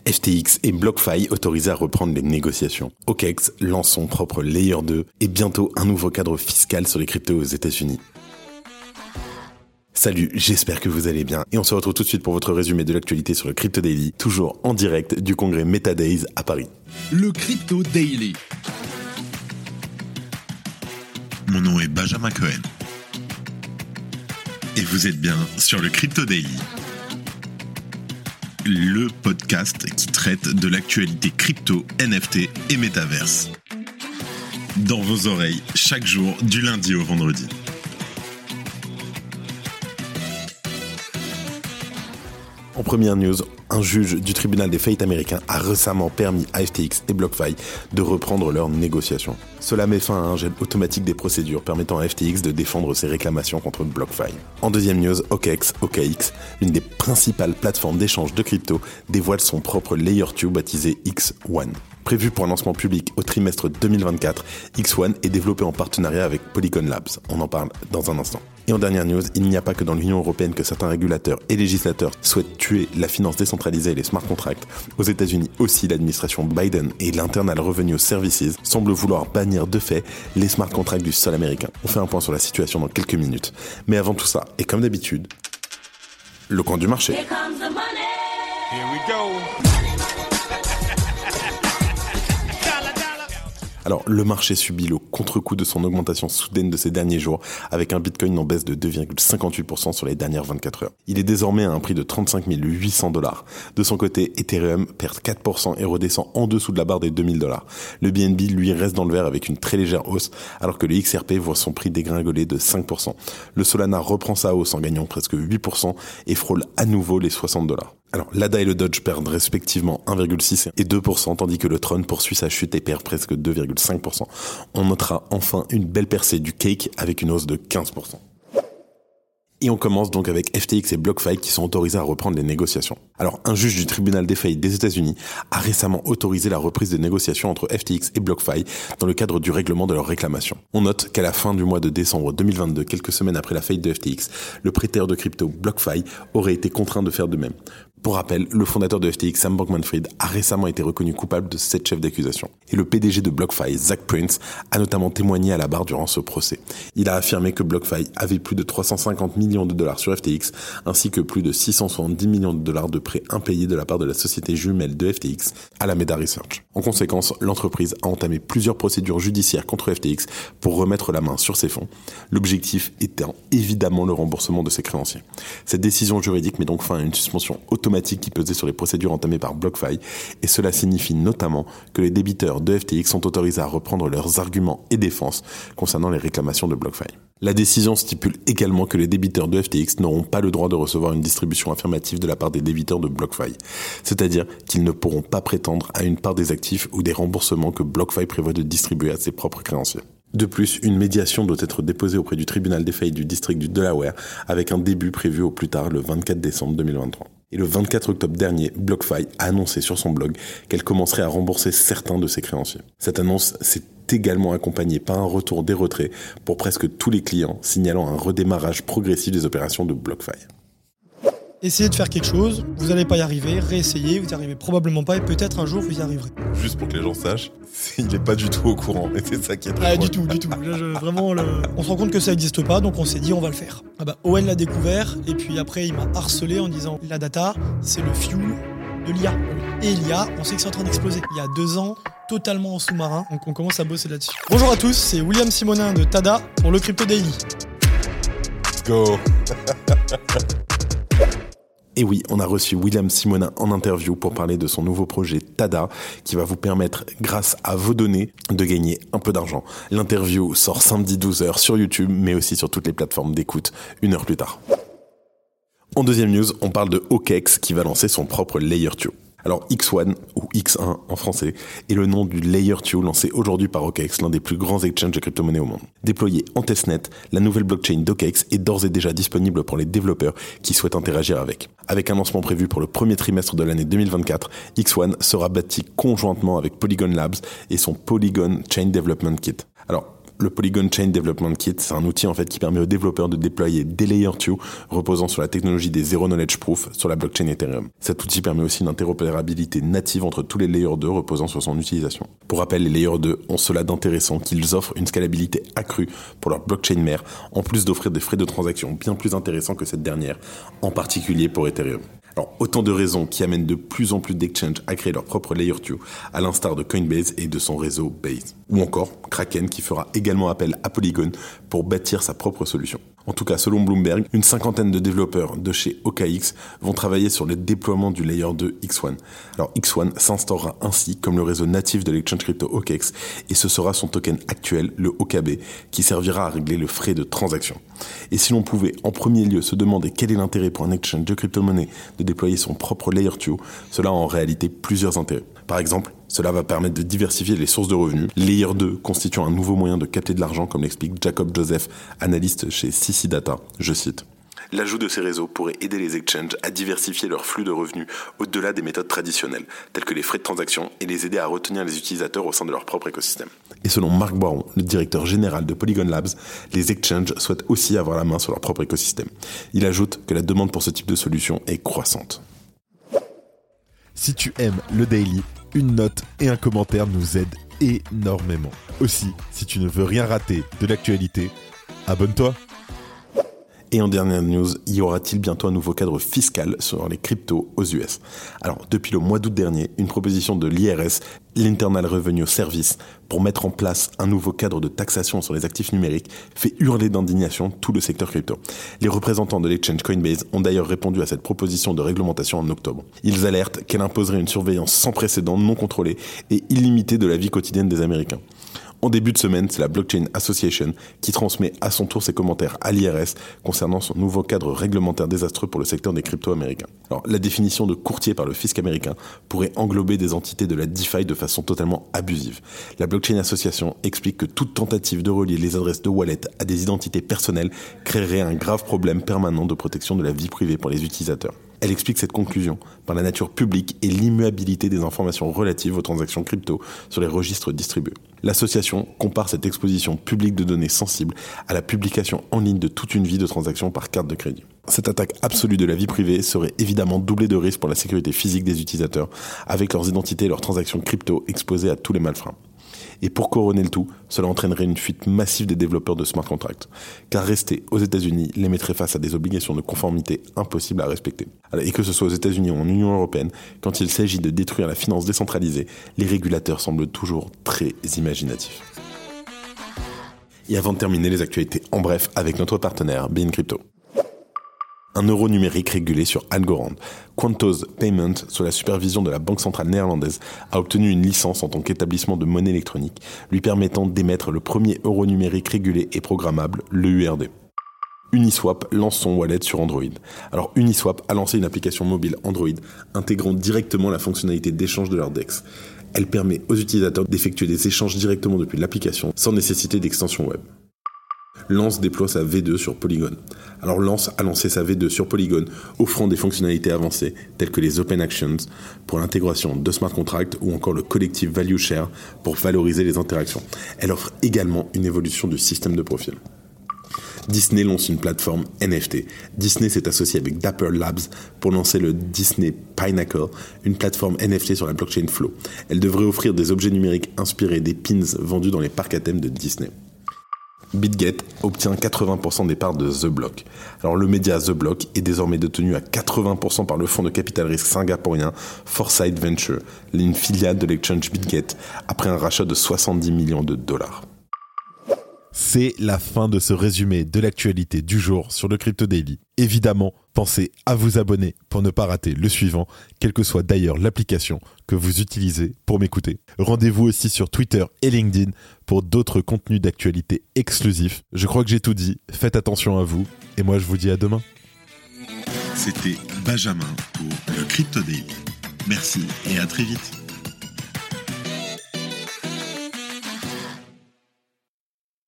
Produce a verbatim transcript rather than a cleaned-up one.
F T X et BlockFi autorisés à reprendre les négociations. O K E X lance son propre Layer deux et bientôt un nouveau cadre fiscal sur les cryptos aux États-Unis. Salut, j'espère que vous allez bien et on se retrouve tout de suite pour votre résumé de l'actualité sur le Crypto Daily, toujours en direct du congrès MetaDays à Paris. Le Crypto Daily. Mon nom est Benjamin Cohen. Et vous êtes bien sur le Crypto Daily. Le podcast qui traite de l'actualité crypto, N F T et métaverse. Dans vos oreilles, chaque jour, du lundi au vendredi. En première news, un juge du tribunal des faillites américain a récemment permis à F T X et BlockFi de reprendre leurs négociations. Cela met fin à un gel automatique des procédures permettant à F T X de défendre ses réclamations contre BlockFi. En deuxième news, O K E X, O K E X, l'une des principales plateformes d'échange de crypto, dévoile son propre Layer deux baptisé X un. Prévu pour un lancement public au trimestre deux mille vingt-quatre, X un est développé en partenariat avec Polygon Labs. On en parle dans un instant. Et en dernière news, il n'y a pas que dans l'Union européenne que certains régulateurs et législateurs souhaitent tuer la finance décentralisée et les smart contracts. Aux États-Unis aussi, l'administration Biden et l'Internal Revenue Services semblent vouloir bannir de fait les smart contracts du sol américain. On fait un point sur la situation dans quelques minutes. Mais avant tout ça, et comme d'habitude, le coin du marché. Here comes the money. Here we go. Alors, le marché subit le contre-coup de son augmentation soudaine de ces derniers jours, avec un Bitcoin en baisse de deux virgule cinquante-huit pour cent sur les dernières vingt-quatre heures. Il est désormais à un prix de trente-cinq mille huit cents dollars. De son côté, Ethereum perd quatre pour cent et redescend en dessous de la barre des deux mille dollars. Le B N B, lui, reste dans le vert avec une très légère hausse, alors que le X R P voit son prix dégringoler de cinq pour cent. Le Solana reprend sa hausse en gagnant presque huit pour cent et frôle à nouveau les soixante dollars. Alors, l'A D A et le Doge perdent respectivement un virgule six et deux pour cent, tandis que le Tron poursuit sa chute et perd presque deux virgule cinq pour cent. On notera enfin une belle percée du Cake avec une hausse de quinze pour cent. Et on commence donc avec F T X et BlockFi qui sont autorisés à reprendre les négociations. Alors, un juge du tribunal des faillites des États-Unis a récemment autorisé la reprise des négociations entre F T X et BlockFi dans le cadre du règlement de leurs réclamations. On note qu'à la fin du mois de décembre deux mille vingt-deux, quelques semaines après la faillite de F T X, le prêteur de crypto BlockFi aurait été contraint de faire de même. Pour rappel, le fondateur de F T X, Sam Bankman-Fried, a récemment été reconnu coupable de sept chefs d'accusation. Et le P D G de BlockFi, Zach Prince, a notamment témoigné à la barre durant ce procès. Il a affirmé que BlockFi avait plus de trois cent cinquante millions de dollars sur F T X, ainsi que plus de six cent soixante-dix millions de dollars de prêts impayés de la part de la société jumelle de F T X, Alameda Research. En conséquence, l'entreprise a entamé plusieurs procédures judiciaires contre F T X pour remettre la main sur ses fonds, l'objectif étant évidemment le remboursement de ses créanciers. Cette décision juridique met donc fin à une suspension automatique qui pesait sur les procédures entamées par BlockFi, et cela signifie notamment que les débiteurs de F T X sont autorisés à reprendre leurs arguments et défenses concernant les réclamations de BlockFi. La décision stipule également que les débiteurs de F T X n'auront pas le droit de recevoir une distribution affirmative de la part des débiteurs de BlockFi, c'est-à-dire qu'ils ne pourront pas prétendre à une part des actifs ou des remboursements que BlockFi prévoit de distribuer à ses propres créanciers. De plus, une médiation doit être déposée auprès du tribunal des faillites du district du Delaware avec un début prévu au plus tard le vingt-quatre décembre deux mille vingt-trois. Et le vingt-quatre octobre dernier, BlockFi a annoncé sur son blog qu'elle commencerait à rembourser certains de ses créanciers. Cette annonce s'est également accompagnée par un retour des retraits pour presque tous les clients, signalant un redémarrage progressif des opérations de BlockFi. Essayez de faire quelque chose, vous n'allez pas y arriver, réessayez, vous n'y arrivez probablement pas et peut-être un jour vous y arriverez. Juste pour que les gens sachent, il n'est pas du tout au courant, et c'est ça qui est très Ah, du tout, du tout. Là, je, vraiment, le... on se rend compte que ça n'existe pas, donc on s'est dit on va le faire. Ah bah, Owen l'a découvert, et puis après il m'a harcelé en disant la data, c'est le fuel de l'I A. Et l'I A, on sait que c'est en train d'exploser. Il y a deux ans, totalement en sous-marin, donc on commence à bosser là-dessus. Bonjour à tous, c'est William Simonin de Tada pour le Crypto Daily. Let's go. Et oui, on a reçu William Simonin en interview pour parler de son nouveau projet Tada, qui va vous permettre, grâce à vos données, de gagner un peu d'argent. L'interview sort samedi douze heures sur YouTube, mais aussi sur toutes les plateformes d'écoute, une heure plus tard. En deuxième news, on parle de O K E X qui va lancer son propre Layer deux. Alors X un, ou X un en français, est le nom du Layer deux lancé aujourd'hui par O K E X, l'un des plus grands exchanges de crypto-monnaies au monde. Déployé en testnet, la nouvelle blockchain d'O K E X est d'ores et déjà disponible pour les développeurs qui souhaitent interagir avec. Avec un lancement prévu pour le premier trimestre de l'année deux mille vingt-quatre, X un sera bâti conjointement avec Polygon Labs et son Polygon Chain Development Kit. Alors, Le Polygon Chain Development Kit, c'est un outil en fait qui permet aux développeurs de déployer des Layer deux reposant sur la technologie des Zero Knowledge Proof sur la blockchain Ethereum. Cet outil permet aussi une interopérabilité native entre tous les Layer deux reposant sur son utilisation. Pour rappel, les Layer deux ont cela d'intéressant qu'ils offrent une scalabilité accrue pour leur blockchain mère, en plus d'offrir des frais de transaction bien plus intéressants que cette dernière, en particulier pour Ethereum. Alors, autant de raisons qui amènent de plus en plus d'exchanges à créer leur propre Layer deux, à l'instar de Coinbase et de son réseau Base. Ou encore Kraken qui fera également appel à Polygon pour bâtir sa propre solution. En tout cas, selon Bloomberg, une cinquantaine de développeurs de chez O K X vont travailler sur le déploiement du Layer deux X un. Alors X un s'instaurera ainsi comme le réseau natif de l'exchange crypto O K X et ce sera son token actuel, le O K B, qui servira à régler le frais de transaction. Et si l'on pouvait en premier lieu se demander quel est l'intérêt pour un exchange de crypto-monnaie de déployer son propre Layer deux, cela a en réalité plusieurs intérêts. Par exemple, cela va permettre de diversifier les sources de revenus, Layer deux constituant un nouveau moyen de capter de l'argent, comme l'explique Jacob Joseph, analyste chez C C Data. Je cite. L'ajout de ces réseaux pourrait aider les exchanges à diversifier leurs flux de revenus au-delà des méthodes traditionnelles, telles que les frais de transaction, et les aider à retenir les utilisateurs au sein de leur propre écosystème. Et selon Marc Boiron, le directeur général de Polygon Labs, les exchanges souhaitent aussi avoir la main sur leur propre écosystème. Il ajoute que la demande pour ce type de solution est croissante. Si tu aimes le Daily, une note et un commentaire nous aident énormément. Aussi, si tu ne veux rien rater de l'actualité, abonne-toi. Et en dernière news, y aura-t-il bientôt un nouveau cadre fiscal sur les cryptos aux U S ? Alors, depuis le mois d'août dernier, une proposition de l'I R S, l'Internal Revenue Service, pour mettre en place un nouveau cadre de taxation sur les actifs numériques, fait hurler d'indignation tout le secteur crypto. Les représentants de l'exchange Coinbase ont d'ailleurs répondu à cette proposition de réglementation en octobre. Ils alertent qu'elle imposerait une surveillance sans précédent, non contrôlée et illimitée de la vie quotidienne des Américains. En début de semaine, c'est la Blockchain Association qui transmet à son tour ses commentaires à l'I R S concernant son nouveau cadre réglementaire désastreux pour le secteur des cryptos américains. Alors, la définition de courtier par le fisc américain pourrait englober des entités de la DeFi de façon totalement abusive. La Blockchain Association explique que toute tentative de relier les adresses de wallet à des identités personnelles créerait un grave problème permanent de protection de la vie privée pour les utilisateurs. Elle explique cette conclusion par la nature publique et l'immuabilité des informations relatives aux transactions crypto sur les registres distribués. L'association compare cette exposition publique de données sensibles à la publication en ligne de toute une vie de transactions par carte de crédit. Cette attaque absolue de la vie privée serait évidemment doublée de risques pour la sécurité physique des utilisateurs, avec leurs identités et leurs transactions crypto exposées à tous les malfrats. Et pour couronner le tout, cela entraînerait une fuite massive des développeurs de smart contracts. Car rester aux États-Unis les mettrait face à des obligations de conformité impossibles à respecter. Et que ce soit aux États-Unis ou en Union européenne, quand il s'agit de détruire la finance décentralisée, les régulateurs semblent toujours très imaginatifs. Et avant de terminer les actualités en bref avec notre partenaire Bean Crypto. Un euro numérique régulé sur Algorand. Quantos Payment, sous la supervision de la Banque centrale néerlandaise, a obtenu une licence en tant qu'établissement de monnaie électronique, lui permettant d'émettre le premier euro numérique régulé et programmable, le U R D. Uniswap lance son wallet sur Android. Alors Uniswap a lancé une application mobile Android intégrant directement la fonctionnalité d'échange de leur D E X. Elle permet aux utilisateurs d'effectuer des échanges directement depuis l'application sans nécessiter d'extension web. Lance déploie sa V deux sur Polygon. Alors Lance a lancé sa V deux sur Polygon, offrant des fonctionnalités avancées telles que les Open Actions pour l'intégration de smart contracts ou encore le Collective Value Share pour valoriser les interactions. Elle offre également une évolution du système de profil. Disney lance une plateforme N F T. Disney s'est associé avec Dapper Labs pour lancer le Disney Pinnacle, une plateforme N F T sur la blockchain Flow. Elle devrait offrir des objets numériques inspirés des pins vendus dans les parcs à thème de Disney. BitGet obtient quatre-vingts pour cent des parts de The Block. Alors le média The Block est désormais détenu à quatre-vingts pour cent par le fonds de capital risque singapourien Foresight Venture, une filiale de l'exchange BitGet, après un rachat de soixante-dix millions de dollars. C'est la fin de ce résumé de l'actualité du jour sur le Crypto Daily. Évidemment, pensez à vous abonner pour ne pas rater le suivant, quelle que soit d'ailleurs l'application que vous utilisez pour m'écouter. Rendez-vous aussi sur Twitter et LinkedIn pour d'autres contenus d'actualité exclusifs. Je crois que j'ai tout dit, faites attention à vous, et moi je vous dis à demain. C'était Benjamin pour le Crypto Daily. Merci et à très vite.